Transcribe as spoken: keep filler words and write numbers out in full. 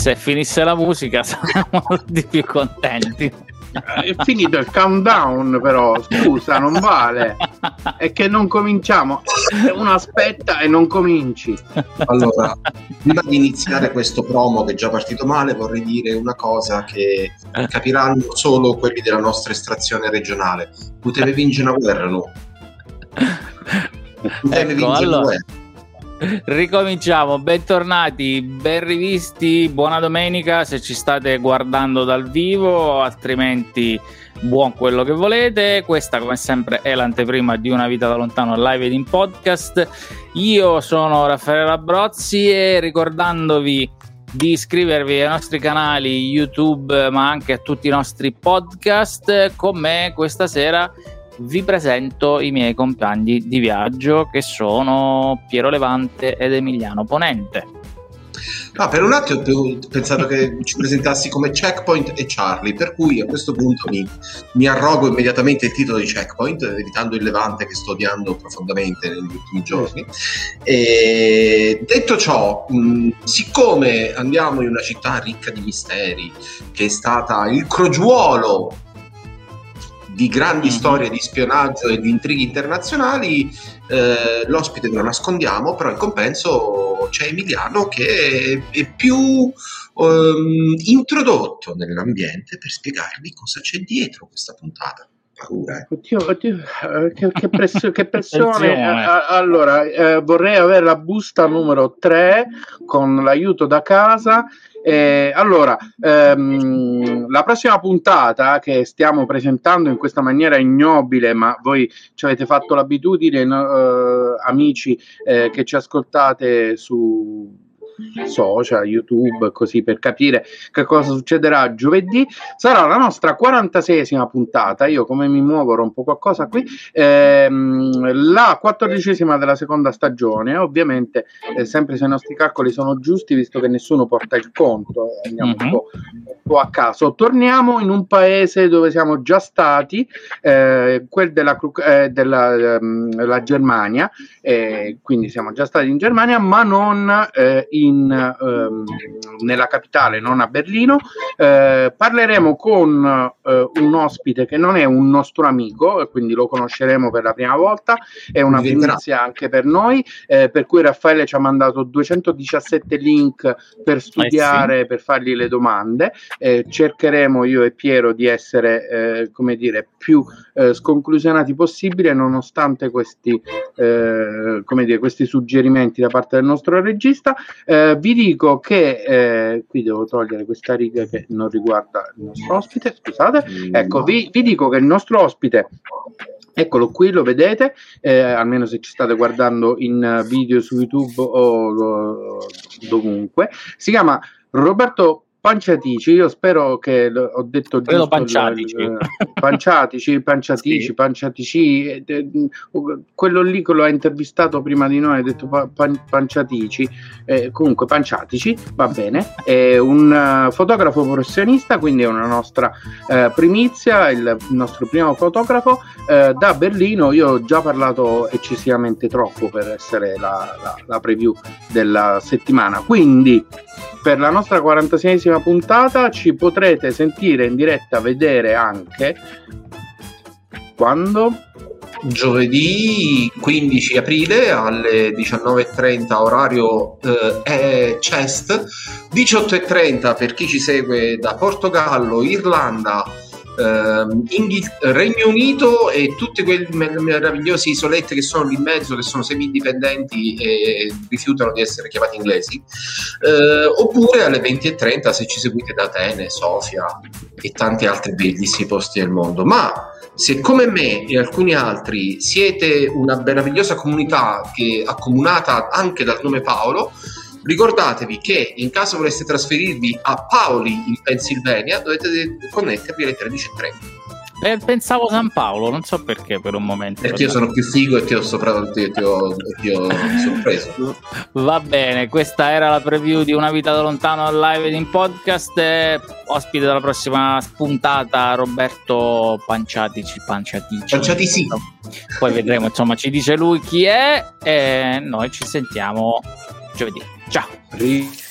Se finisse la musica saremmo tutti più contenti. È finito il countdown, però scusa, non vale. È che non cominciamo. Uno aspetta e non cominci. Allora, prima di iniziare questo promo che è già partito male, vorrei dire una cosa che capiranno solo quelli della nostra estrazione regionale. Potete vincere una guerra, no? Potete Ecco, vincere allora, una guerra. ricominciamo. Bentornati, ben rivisti, buona domenica se ci state guardando dal vivo, altrimenti buon quello che volete. Questa come sempre è l'anteprima di Una vita da lontano live ed in podcast. Io sono Raffaele Labrozzi e ricordandovi di iscrivervi ai nostri canali YouTube ma anche a tutti i nostri podcast, con me questa sera vi presento i miei compagni di viaggio che sono Piero Levante ed Emiliano Ponente. Ah, per un attimo ho pensato che ci presentassi come Checkpoint e Charlie, per cui a questo punto mi, mi arrogo immediatamente il titolo di Checkpoint, evitando il Levante che sto odiando profondamente negli ultimi giorni. E detto ciò, mh, siccome andiamo in una città ricca di misteri, che è stata il crogiuolo di grandi mm-hmm. storie di spionaggio e di intrighi internazionali, eh, l'ospite ve lo nascondiamo, però in compenso c'è Emiliano che è, è più um, introdotto nell'ambiente per spiegarvi cosa c'è dietro questa puntata. Paura, eh. Oddio, oddio, che, che, press- che pressione. eh, allora, eh, vorrei avere la busta numero tre con l'aiuto da casa. Eh, allora, ehm, la prossima puntata che stiamo presentando in questa maniera ignobile, ma voi ci avete fatto l'abitudine, no, eh, amici eh, che ci ascoltate su social, YouTube, così per capire che cosa succederà giovedì, sarà la nostra quarantaseiesima puntata. Io come mi muovo rompo qualcosa qui, ehm, la quattordicesima della seconda stagione, ovviamente eh, sempre se i nostri calcoli sono giusti, visto che nessuno porta il conto, eh, andiamo mm-hmm. un, po', un po' a caso. Torniamo in un paese dove siamo già stati, eh, quel della, eh, della ehm, la Germania, eh, quindi siamo già stati in Germania, ma non eh, in In, ehm, nella capitale, non a Berlino. Eh, parleremo con eh, un ospite che non è un nostro amico, e quindi lo conosceremo per la prima volta, è una primizia anche per noi, eh, per cui Raffaele ci ha mandato duecentodiciassette link per studiare, eh sì. per fargli le domande. Eh, cercheremo io e Piero di essere eh, come dire più eh, sconclusionati possibile, nonostante questi eh, come dire questi suggerimenti da parte del nostro regista. Eh, vi dico che eh, qui devo togliere questa riga che non riguarda il nostro ospite, scusate. Ecco, vi, vi dico che il nostro ospite, eccolo qui, lo vedete, eh, almeno se ci state guardando in video su YouTube o lo, dovunque, si chiama Roberto Panciatici. Io spero che l- ho detto Credo giusto Panciatici. il, il, Panciatici, Panciatici, sì. Panciatici, eh, eh, quello lì che lo ha intervistato prima di noi ha detto pa- pan- Panciatici, eh, comunque Panciatici, va bene, è un uh, fotografo professionista, quindi è una nostra uh, primizia, il nostro primo fotografo uh, da Berlino. Io ho già parlato eccessivamente troppo per essere la, la, la preview della settimana, quindi per la nostra quarantaseiesima puntata ci potrete sentire in diretta, vedere anche quando? Giovedì quindici aprile alle diciannove e trenta orario eh, CEST, diciotto e trenta per chi ci segue da Portogallo, Irlanda, Uh, Inghil- Regno Unito e tutti quei meravigliosi isoletti che sono lì in mezzo, che sono semi-indipendenti e rifiutano di essere chiamati inglesi, uh, oppure alle venti e trenta se ci seguite da Atene, Sofia e tanti altri bellissimi posti del mondo. Ma se come me e alcuni altri siete una meravigliosa comunità che accomunata anche dal nome Paolo, ricordatevi che in caso voleste trasferirvi a Paoli in Pennsylvania dovete connettervi alle tredici e trenta. Eh, pensavo San Paolo, non so perché per un momento. Perché io sono più figo e ti ho, sopra, ti, ti ho, ti ho sorpreso. Va bene, questa era la preview di Una vita da lontano live ed in podcast. Eh, ospite della prossima puntata Roberto Panciatici. Panciatici. Panciatici. Poi vedremo, insomma, ci dice lui chi è e noi ci sentiamo giovedì. Ciao.